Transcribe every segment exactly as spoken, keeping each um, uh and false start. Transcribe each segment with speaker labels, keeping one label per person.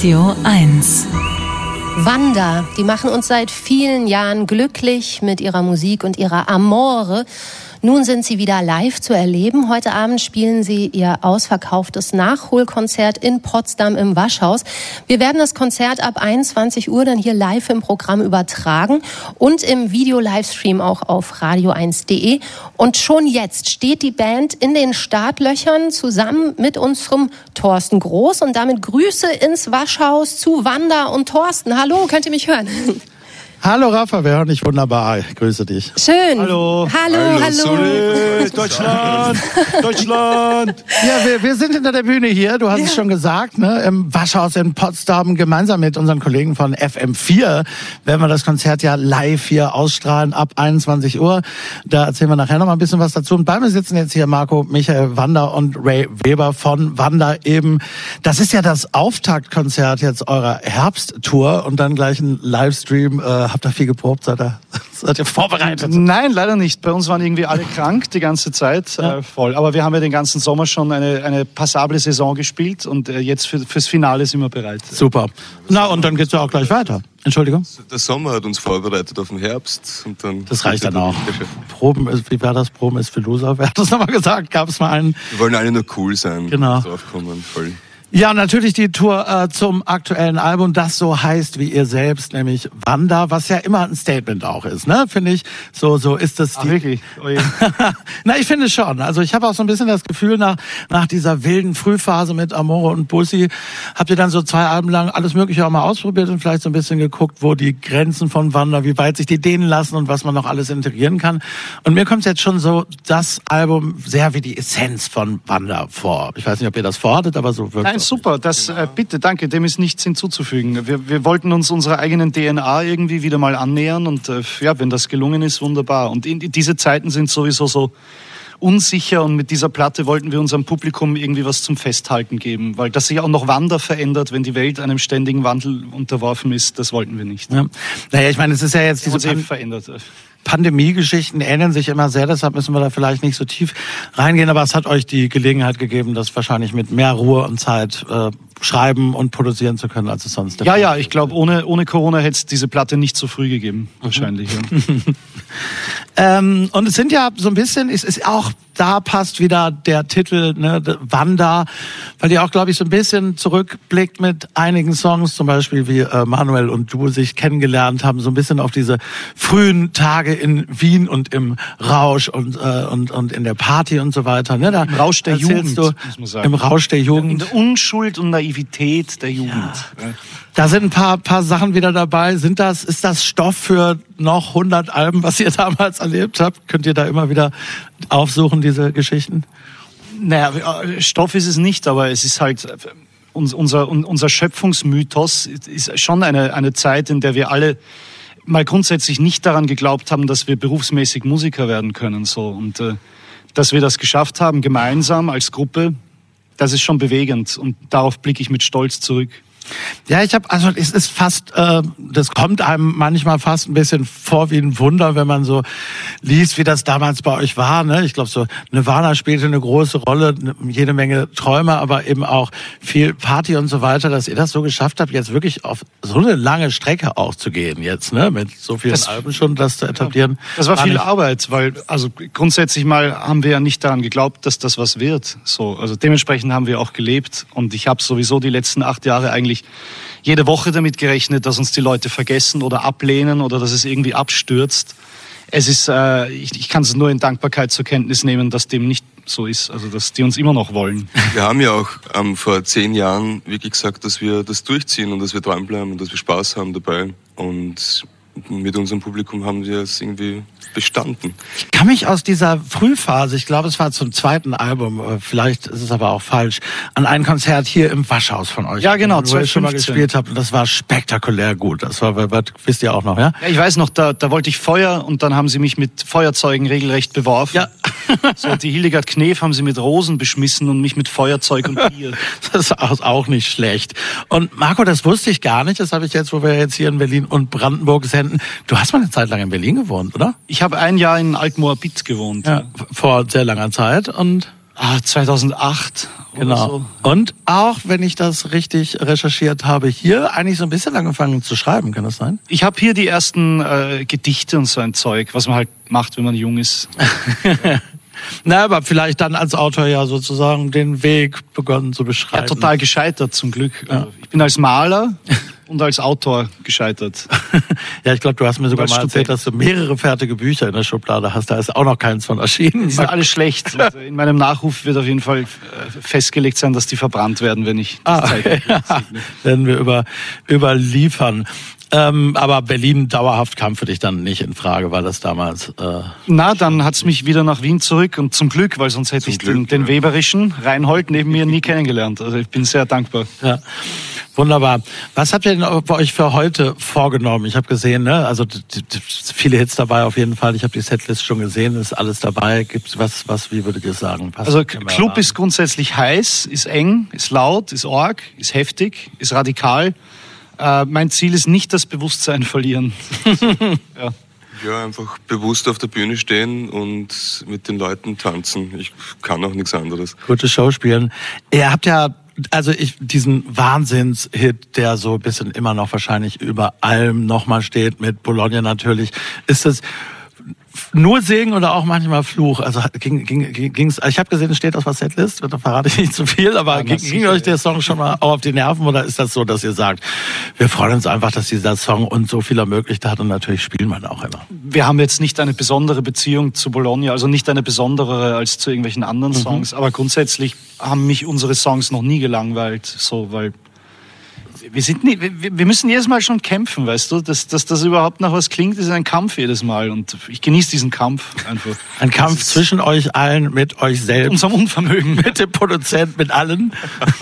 Speaker 1: Radio eins.
Speaker 2: Wanda, die machen uns seit vielen Jahren glücklich mit ihrer Musik und ihrer Amore. Nun sind sie wieder live zu erleben. Heute Abend spielen sie ihr ausverkauftes Nachholkonzert in Potsdam im Waschhaus. Wir werden das Konzert ab einundzwanzig Uhr dann hier live im Programm übertragen und im Video-Livestream auch auf radio eins punkt de. Und schon jetzt steht die Band in den Startlöchern zusammen mit unserem Thorsten Groß. Und damit Grüße ins Waschhaus zu Wanda und Thorsten. Hallo, könnt ihr mich hören?
Speaker 3: Hallo Rafa, wir hören dich wunderbar. Ich grüße dich.
Speaker 2: Schön.
Speaker 3: Hallo.
Speaker 2: Hallo, hallo.
Speaker 3: hallo. Deutschland, Deutschland. Ja, wir, wir sind hinter der Bühne hier, du hast ja. es schon gesagt, ne, im Waschhaus in Potsdam. Gemeinsam mit unseren Kollegen von F M vier werden wir das Konzert ja live hier ausstrahlen ab einundzwanzig Uhr. Da erzählen wir nachher noch mal ein bisschen was dazu. Und bei mir sitzen jetzt hier Marco, Michael, Wanda und Ray Weber von Wanda eben. Das ist ja das Auftaktkonzert jetzt eurer Herbsttour und dann gleich ein Livestream. Äh, Habt ihr viel geprobt? Seid ihr, seid ihr vorbereitet?
Speaker 4: Nein, leider nicht. Bei uns waren irgendwie alle krank die ganze Zeit. Ja. Äh, voll. Aber wir haben ja den ganzen Sommer schon eine, eine passable Saison gespielt und äh, jetzt für, fürs Finale sind wir bereit.
Speaker 3: Super. Na, und dann geht's ja auch gleich weiter. Entschuldigung?
Speaker 5: Der Sommer hat uns vorbereitet auf den Herbst. Und dann
Speaker 3: das reicht dann auch. Proben ist, wie war das? Proben ist für Loser. Wer hat das nochmal gesagt? Gab es mal einen?
Speaker 5: Wir wollen alle nur cool sein.
Speaker 3: Genau.
Speaker 5: Draufkommen. Voll.
Speaker 3: Ja, natürlich die Tour äh, zum aktuellen Album, das so heißt wie ihr selbst, nämlich Wanda, was ja immer ein Statement auch ist, ne? Finde ich. So so ist das.
Speaker 4: Ach, wirklich? Oh je.
Speaker 3: Na, ich finde schon. Also ich habe auch so ein bisschen das Gefühl, nach nach dieser wilden Frühphase mit Amore und Bussi, habt ihr dann so zwei Alben lang alles Mögliche auch mal ausprobiert und vielleicht so ein bisschen geguckt, wo die Grenzen von Wanda, wie weit sich die dehnen lassen und was man noch alles integrieren kann. Und mir kommt jetzt schon so das Album sehr wie die Essenz von Wanda vor. Ich weiß nicht, ob ihr das vorhattet, aber so wirklich.
Speaker 4: Nein, super, das äh, bitte, danke, dem ist nichts hinzuzufügen. Wir, wir wollten uns unserer eigenen D N A irgendwie wieder mal annähern und äh, ja, wenn das gelungen ist, wunderbar. Und in, diese Zeiten sind sowieso so unsicher und mit dieser Platte wollten wir unserem Publikum irgendwie was zum Festhalten geben, weil das sich auch noch Wanda verändert, wenn die Welt einem ständigen Wandel unterworfen ist, das wollten wir nicht.
Speaker 3: Ja. Naja, ich meine, es ist ja jetzt diese
Speaker 4: Pan- verändert.
Speaker 3: Pandemie-Geschichten ähneln sich immer sehr, deshalb müssen wir da vielleicht nicht so tief reingehen, aber es hat euch die Gelegenheit gegeben, das wahrscheinlich mit mehr Ruhe und Zeit äh, schreiben und produzieren zu können, als es sonst der
Speaker 4: Ja,
Speaker 3: Fall
Speaker 4: ja,
Speaker 3: ist.
Speaker 4: ich glaube, ohne, ohne Corona hätte es diese Platte nicht so früh gegeben, wahrscheinlich.
Speaker 3: Mhm. Ja. ähm, und es sind ja so ein bisschen, es ist auch, da passt wieder der Titel, ne, Wanda, weil ihr auch, glaube ich, so ein bisschen zurückblickt mit einigen Songs, zum Beispiel wie äh, Manuel und du sich kennengelernt haben, so ein bisschen auf diese frühen Tage in Wien und im Rausch und äh, und und in der Party und so weiter. Ne? Da
Speaker 4: Im Rausch der Jugend,
Speaker 3: du,
Speaker 4: muss man sagen.
Speaker 3: Im Rausch der Jugend.
Speaker 4: In der Unschuld und Naivität der Jugend.
Speaker 3: Ja. Da sind ein paar paar Sachen wieder dabei. Sind das ist das Stoff für noch hundert Alben, was ihr damals erlebt habt? Könnt ihr da immer wieder aufsuchen, diese Geschichten?
Speaker 4: Naja, Stoff ist es nicht, aber es ist halt unser unser Schöpfungsmythos ist schon eine eine Zeit, in der wir alle mal grundsätzlich nicht daran geglaubt haben, dass wir berufsmäßig Musiker werden können, so. Und äh, dass wir das geschafft haben, gemeinsam als Gruppe, das ist schon bewegend. Und darauf blicke ich mit Stolz zurück.
Speaker 3: Ja, ich habe, also es ist fast, äh, das kommt einem manchmal fast ein bisschen vor wie ein Wunder, wenn man so liest, wie das damals bei euch war. Ne? Ich glaube, so Nirvana spielte eine große Rolle, jede Menge Träume, aber eben auch viel Party und so weiter, dass ihr das so geschafft habt, jetzt wirklich auf so eine lange Strecke auch zu gehen jetzt, ne? Mit so vielen das, Alben schon, das zu etablieren.
Speaker 4: Das war
Speaker 3: war
Speaker 4: viel
Speaker 3: nicht.
Speaker 4: Arbeit, weil also grundsätzlich mal haben wir ja nicht daran geglaubt, dass das was wird. So, also dementsprechend haben wir auch gelebt und ich habe sowieso die letzten acht Jahre eigentlich jede Woche damit gerechnet, dass uns die Leute vergessen oder ablehnen oder dass es irgendwie abstürzt. Es ist, äh, ich, ich kann es nur in Dankbarkeit zur Kenntnis nehmen, dass dem nicht so ist, also dass die uns immer noch wollen.
Speaker 5: Wir haben ja auch ähm, vor zehn Jahren wirklich gesagt, dass wir das durchziehen und dass wir dranbleiben und dass wir Spaß haben dabei. Und mit unserem Publikum haben wir es irgendwie bestanden.
Speaker 3: Ich kann mich aus dieser Frühphase, ich glaube, es war zum zweiten Album, vielleicht ist es aber auch falsch, an ein Konzert hier im Waschhaus von euch.
Speaker 4: Ja, genau,
Speaker 3: wo ihr schon mal gespielt habt und das war spektakulär gut. Das war, was, wisst ihr auch noch, ja?
Speaker 4: Ja, ich weiß noch, da, da wollte ich Feuer und dann haben sie mich mit Feuerzeugen regelrecht beworfen.
Speaker 3: Ja.
Speaker 4: So, die Hildegard Knef haben sie mit Rosen beschmissen und mich mit Feuerzeug und Bier.
Speaker 3: Das ist auch nicht schlecht. Und Marco, das wusste ich gar nicht, das habe ich jetzt, wo wir jetzt hier in Berlin und Brandenburg senden. Du hast mal eine Zeit lang in Berlin gewohnt, oder?
Speaker 4: Ich habe ein Jahr in Altmoabit gewohnt.
Speaker 3: Ja, vor sehr langer Zeit und
Speaker 4: Ah, zweitausendacht.
Speaker 3: Genau.
Speaker 4: So.
Speaker 3: Und auch, wenn ich das richtig recherchiert habe, hier eigentlich so ein bisschen angefangen zu schreiben, kann das sein?
Speaker 4: Ich habe hier die ersten äh, Gedichte und so ein Zeug, was man halt macht, wenn man jung ist.
Speaker 3: Na, aber vielleicht dann als Autor ja sozusagen den Weg begonnen zu beschreiben.
Speaker 4: Ja, total gescheitert zum Glück.
Speaker 3: Ja.
Speaker 4: Ich bin als Maler und als Autor gescheitert.
Speaker 3: Ja, ich glaube, du hast mir sogar
Speaker 4: Als
Speaker 3: mal erzählt,
Speaker 4: Student.
Speaker 3: dass du mehrere fertige Bücher in der Schublade hast. Da ist auch noch keins von erschienen.
Speaker 4: Die sind alle schlecht. Und in meinem Nachruf wird auf jeden Fall festgelegt sein, dass die verbrannt werden, wenn ich das
Speaker 3: Ah,
Speaker 4: zeige.
Speaker 3: ja, werden wir über, überliefern. Ähm, aber Berlin dauerhaft kam für dich dann nicht in Frage, weil das damals... Äh
Speaker 4: Na, dann hat's mich wieder nach Wien zurück und zum Glück, weil sonst hätte
Speaker 5: Zum
Speaker 4: ich
Speaker 5: Glück,
Speaker 4: den, den
Speaker 5: ja.
Speaker 4: Weberischen Reinhold neben mir nie kennengelernt. Also ich bin sehr dankbar.
Speaker 3: Ja, wunderbar. Was habt ihr denn bei euch für heute vorgenommen? Ich habe gesehen, ne, also d- d- viele Hits dabei auf jeden Fall. Ich habe die Setlist schon gesehen, ist alles dabei. Gibt's was, was, wie würdet ihr sagen? Was
Speaker 4: Also
Speaker 3: können wir
Speaker 4: Club
Speaker 3: erwarten?
Speaker 4: ist grundsätzlich heiß, ist eng, ist laut, ist arg, ist heftig, ist radikal. Äh, mein Ziel ist nicht das Bewusstsein verlieren. ja.
Speaker 5: Ja, einfach bewusst auf der Bühne stehen und mit den Leuten tanzen. Ich kann auch nichts anderes.
Speaker 3: Gute Show spielen. Ihr habt ja, also ich, diesen Wahnsinnshit, der so ein bisschen immer noch wahrscheinlich über allem nochmal steht, mit Bologna natürlich. Ist das nur Segen oder auch manchmal Fluch? Also ging, ging, ging's, ich habe gesehen, es steht auf der Setlist, da verrate ich nicht zu viel, aber
Speaker 4: Ja,
Speaker 3: ging,
Speaker 4: das
Speaker 3: ging
Speaker 4: sicher,
Speaker 3: euch der Song schon mal auch auf die Nerven oder ist das so, dass ihr sagt, wir freuen uns einfach, dass dieser Song uns so viel ermöglicht hat und natürlich spielen wir ihn auch immer.
Speaker 4: Wir haben jetzt nicht eine besondere Beziehung zu Bologna, also nicht eine besondere als zu irgendwelchen anderen Songs, aber grundsätzlich haben mich unsere Songs noch nie gelangweilt, so, weil wir sind nie, wir, wir müssen jedes Mal schon kämpfen, weißt du, dass, dass das überhaupt nach was klingt, ist ein Kampf jedes Mal und ich genieße diesen Kampf einfach.
Speaker 3: Ein Kampf zwischen euch allen, mit euch selbst.
Speaker 4: Unserem Unvermögen.
Speaker 3: Mit dem Produzent, mit allen.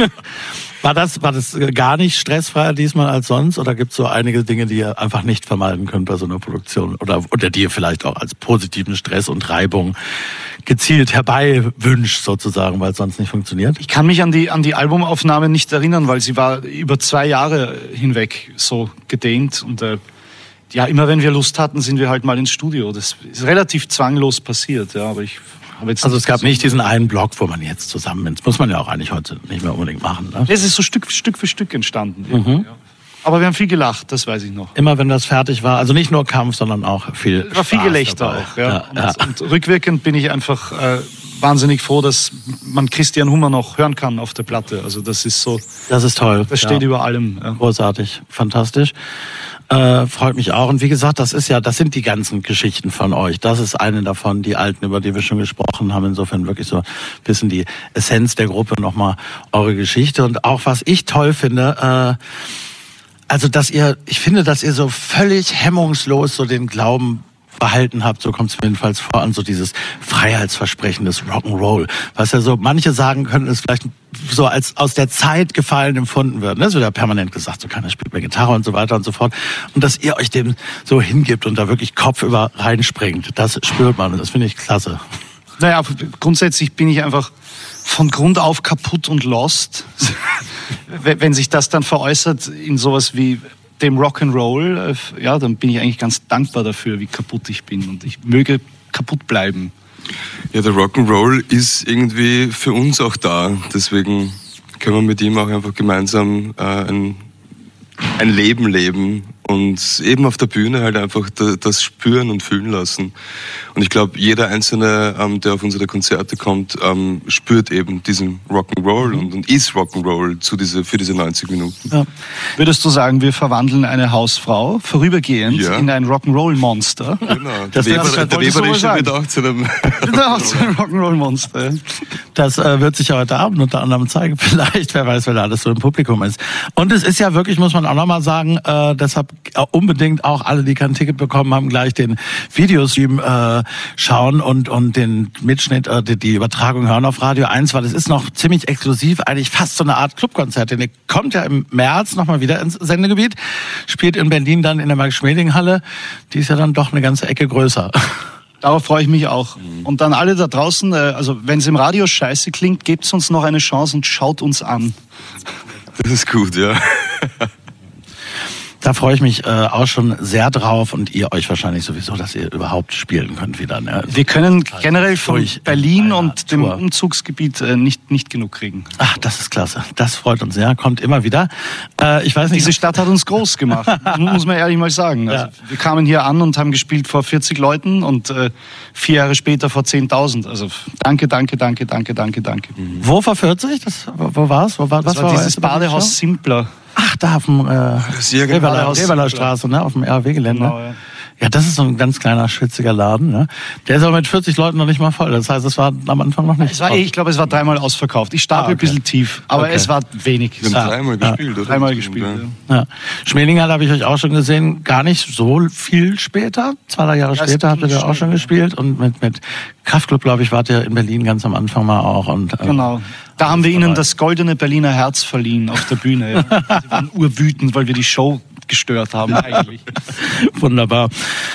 Speaker 3: War das, war das gar nicht stressfreier diesmal als sonst? Oder gibt es so einige Dinge, die ihr einfach nicht vermeiden könnt bei so einer Produktion? Oder, oder die ihr vielleicht auch als positiven Stress und Reibung gezielt herbei wünscht, sozusagen, weil es sonst nicht funktioniert?
Speaker 4: Ich kann mich an die, an die Albumaufnahme nicht erinnern, weil sie war über zwei Jahre hinweg so gedehnt und äh, ja, immer wenn wir Lust hatten, sind wir halt mal ins Studio. Das ist relativ zwanglos passiert, ja, aber ich habe jetzt
Speaker 3: Also es gab
Speaker 4: so-
Speaker 3: nicht diesen einen Block, wo man jetzt zusammen ist. Muss man ja auch eigentlich heute nicht mehr unbedingt machen. Ne?
Speaker 4: Es ist so Stück, Stück für Stück entstanden.
Speaker 3: Mhm.
Speaker 4: Ja. Aber wir haben viel gelacht, das weiß ich noch.
Speaker 3: Immer wenn das fertig war, also nicht nur Kampf, sondern auch viel
Speaker 4: Es war viel
Speaker 3: Spaß
Speaker 4: Gelächter
Speaker 3: dabei.
Speaker 4: auch. Ja.
Speaker 3: Ja, ja.
Speaker 4: Und, und rückwirkend bin ich einfach äh, wahnsinnig froh, dass man Christian Hummer noch hören kann auf der Platte. Also das ist so,
Speaker 3: Das ist toll.
Speaker 4: das steht
Speaker 3: ja.
Speaker 4: über allem. Ja.
Speaker 3: Großartig, fantastisch. Äh, freut mich auch. Und wie gesagt, das ist ja, das sind die ganzen Geschichten von euch. Das ist eine davon, die alten, über die wir schon gesprochen haben. Insofern wirklich so ein bisschen die Essenz der Gruppe, nochmal eure Geschichte. Und auch was ich toll finde, äh, also dass ihr, ich finde, dass ihr so völlig hemmungslos so den Glauben behalten habt, so kommt es mir jedenfalls vor, an so dieses Freiheitsversprechen des Rock'n'Roll, was ja so manche sagen können, ist vielleicht so als aus der Zeit gefallen empfunden wird. Es wird ja permanent gesagt, so keiner spielt mehr Gitarre und so weiter und so fort. Und dass ihr euch dem so hingibt und da wirklich kopfüber reinspringt, das spürt man und das finde ich klasse.
Speaker 4: Naja, grundsätzlich bin ich einfach von Grund auf kaputt und lost. Wenn sich das dann veräußert in sowas wie dem Rock'n'Roll, äh, ja, dann bin ich eigentlich ganz dankbar dafür, wie kaputt ich bin und ich möge kaputt bleiben.
Speaker 5: Ja, der Rock'n'Roll ist irgendwie für uns auch da. Deswegen können wir mit ihm auch einfach gemeinsam äh, ein, ein Leben leben und eben auf der Bühne halt einfach da, das spüren und fühlen lassen. Und ich glaube, jeder Einzelne, ähm, der auf unsere Konzerte kommt, ähm, spürt eben diesen Rock'n'Roll und, und ist Rock'n'Roll zu diese, für diese neunzig Minuten.
Speaker 3: Ja.
Speaker 4: Würdest du sagen, wir verwandeln eine Hausfrau vorübergehend
Speaker 5: Ja.
Speaker 4: in ein Rock'n'Roll-Monster?
Speaker 5: Genau.
Speaker 3: Das
Speaker 5: der
Speaker 3: wär-
Speaker 5: Weber,
Speaker 3: das
Speaker 5: der
Speaker 4: wolltest du wohl
Speaker 5: Weberische
Speaker 4: sagen.
Speaker 5: wird auch zu einem...
Speaker 4: Auch so ein Rock'n'Roll-Monster.
Speaker 3: Das äh, wird sich ja heute Abend unter anderem zeigen, vielleicht, wer weiß, wer da alles so im Publikum ist. Und es ist ja wirklich, muss man auch nochmal sagen, äh, deshalb unbedingt auch alle, die kein Ticket bekommen haben, gleich den Videostream äh, schauen und und den Mitschnitt, äh, die, die Übertragung hören auf Radio eins, weil es ist noch ziemlich exklusiv, eigentlich fast so eine Art Clubkonzert. Denn ihr kommt ja im März nochmal wieder ins Sendegebiet, spielt in Berlin dann in der Max-Schmeling-Halle, die ist ja dann doch eine ganze Ecke größer.
Speaker 4: Darauf freue ich mich auch. Und dann alle da draußen, äh, also wenn es im Radio scheiße klingt, gebt uns noch eine Chance und schaut uns an.
Speaker 5: Das ist gut, ja.
Speaker 3: Da freue ich mich äh, auch schon sehr drauf und ihr euch wahrscheinlich sowieso, dass ihr überhaupt spielen könnt wieder. Ne?
Speaker 4: Wir können generell von Berlin und dem
Speaker 3: Tour.
Speaker 4: Umzugsgebiet äh, nicht, nicht genug kriegen.
Speaker 3: Ach, das ist klasse. Das freut uns sehr. Kommt immer wieder. Äh, ich weiß nicht.
Speaker 4: Diese Stadt hat uns groß gemacht, muss man ehrlich mal sagen. Also, ja. Wir kamen hier an und haben gespielt vor vierzig Leuten und äh, vier Jahre später vor zehntausend. Also danke, danke, danke, danke, danke, danke.
Speaker 3: Mhm. Wo vor vierzig? Das, wo, wo war's? Wo war
Speaker 4: das? Das war, war dieses Badehaus Simpler.
Speaker 3: Ach, da auf dem äh, Reberler Straße, ne, auf dem R W-Gelände. Genau, ja. Ja, das ist so ein ganz kleiner, schwitziger Laden. Ne? Der ist aber mit vierzig Leuten noch nicht mal voll. Das heißt, es war am Anfang noch nicht.
Speaker 4: Es war, ich glaube, es war dreimal ausverkauft. Ich stapel ah, okay. ein bisschen tief, aber okay. es war wenig.
Speaker 5: Wir haben dreimal ja. gespielt, oder?
Speaker 4: Dreimal gespielt,
Speaker 3: ja. ja. Schmelinghalle habe ich euch auch schon gesehen. Gar nicht so viel später. Zwei, drei Jahre ja, später habt ihr da auch schon gespielt. Und mit, mit Kraftklub, glaube ich, wart ihr in Berlin ganz am Anfang mal auch. Und, äh,
Speaker 4: genau. Da haben wir ihnen das goldene Berliner Herz verliehen auf der Bühne. Ja. Sie waren urwütend, weil wir die Show gestört haben eigentlich.
Speaker 3: Wunderbar.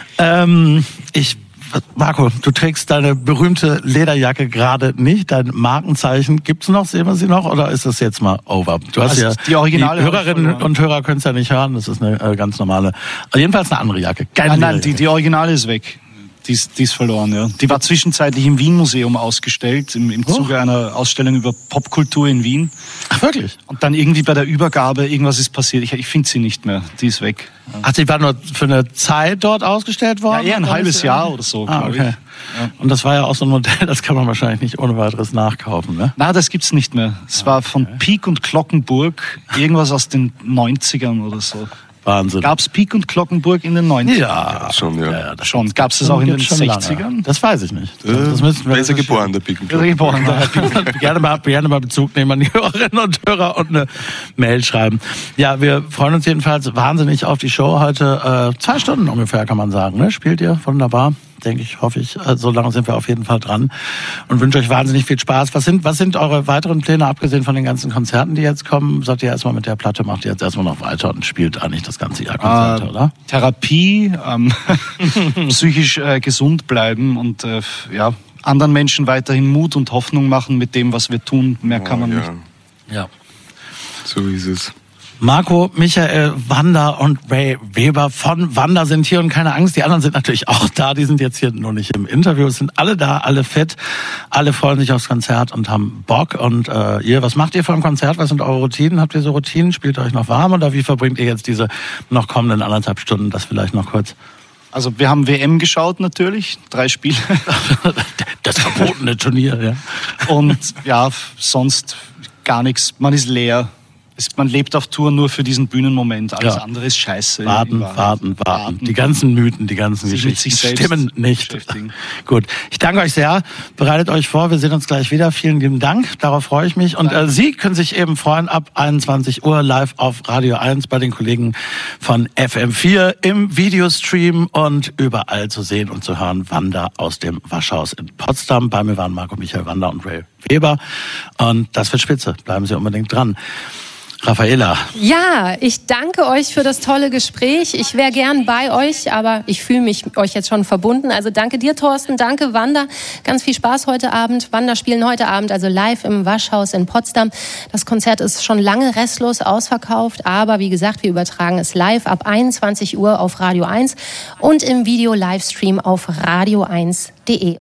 Speaker 3: Ähm, ich, Marco, du trägst deine berühmte Lederjacke gerade nicht, dein Markenzeichen. Gibt's noch, sehen wir sie noch, oder ist das jetzt mal over? Du hast also ja
Speaker 4: die originale.
Speaker 3: Die Hörerinnen und Hörer können es ja nicht hören, das ist eine äh, ganz normale, jedenfalls eine andere Jacke.
Speaker 4: Keine nein, nein, die, die originale ist weg. Die ist, die ist verloren, ja. Die war zwischenzeitlich im Wien-Museum ausgestellt, im, im Zuge oh. einer Ausstellung über Popkultur in Wien.
Speaker 3: Ach, wirklich?
Speaker 4: Und dann irgendwie bei der Übergabe, irgendwas ist passiert. Ich, ich finde sie nicht mehr. Die ist weg. Ja.
Speaker 3: Ach, die war nur für eine Zeit dort ausgestellt worden?
Speaker 4: Ja, eher ein halbes Jahr oder so,
Speaker 3: ah, okay. Ja. Und das war ja auch so ein Modell, das kann man wahrscheinlich nicht ohne weiteres nachkaufen, ne?
Speaker 4: Na, das gibt's nicht mehr. Es war von okay. Pieck und Glockenburg, irgendwas aus den neunzigern oder so.
Speaker 3: Wahnsinn.
Speaker 4: Gab's Pieck und Glockenburg in den neunzigern?
Speaker 3: Ja, schon, ja. ja das
Speaker 4: schon. Gab's das auch in den sechzigern? Lange.
Speaker 3: Das weiß ich nicht.
Speaker 5: Das, das müssen wir. Ist er geboren, der Pieck und
Speaker 3: Glockenburg. gerne, mal, gerne mal Bezug nehmen an die Hörerinnen und Hörer und eine Mail schreiben. Ja, wir freuen uns jedenfalls wahnsinnig auf die Show heute. Äh, zwei Stunden ungefähr, kann man sagen. Ne? Spielt ihr wunderbar. Denke ich, hoffe ich. So lange sind wir auf jeden Fall dran und wünsche euch wahnsinnig viel Spaß. Was sind, was sind eure weiteren Pläne, abgesehen von den ganzen Konzerten, die jetzt kommen? Sagt ihr erstmal mit der Platte, macht ihr jetzt erstmal noch weiter und spielt eigentlich das ganze Jahr Konzerte, äh, oder?
Speaker 4: Therapie, ähm, psychisch äh, gesund bleiben und äh, ja, anderen Menschen weiterhin Mut und Hoffnung machen mit dem, was wir tun. Mehr kann man
Speaker 5: oh, ja.
Speaker 4: nicht.
Speaker 3: Ja.
Speaker 5: So ist es.
Speaker 3: Marco, Michael, Wanda und Ray Weber von Wanda sind hier und keine Angst, die anderen sind natürlich auch da, die sind jetzt hier nur nicht im Interview, es sind alle da, alle fit, alle freuen sich aufs Konzert und haben Bock. Und äh, ihr, was macht ihr vor dem Konzert, was sind eure Routinen, habt ihr so Routinen, spielt ihr euch noch warm oder wie verbringt ihr jetzt diese noch kommenden anderthalb Stunden, das vielleicht noch kurz?
Speaker 4: Also wir haben W M geschaut natürlich, drei Spiele.
Speaker 3: Das verbotene Turnier, ja.
Speaker 4: Und ja, sonst gar nichts, man ist leer. Man lebt auf Tour nur für diesen Bühnenmoment. Alles ja. andere ist scheiße.
Speaker 3: Warten, warten, warten, warten. Die ganzen Mythen, die ganzen sich Geschichten sich stimmen nicht. Gut. Ich danke euch sehr. Bereitet euch vor. Wir sehen uns gleich wieder. Vielen lieben Dank. Darauf freue ich mich. Und äh, Sie können sich eben freuen ab einundzwanzig Uhr live auf Radio eins bei den Kollegen von F M vier im Videostream und überall zu sehen und zu hören. Wanda aus dem Waschhaus in Potsdam. Bei mir waren Marco, Michael, Wanda und Ray Weber. Und das wird spitze. Bleiben Sie unbedingt dran. Raffaela.
Speaker 2: Ja, ich danke euch für das tolle Gespräch. Ich wäre gern bei euch, aber ich fühle mich euch jetzt schon verbunden. Also danke dir, Thorsten, danke, Wanda. Ganz viel Spaß heute Abend. Wanda spielen heute Abend also live im Waschhaus in Potsdam. Das Konzert ist schon lange restlos ausverkauft, aber wie gesagt, wir übertragen es live ab einundzwanzig Uhr auf Radio eins und im Video-Livestream auf radio eins punkt de.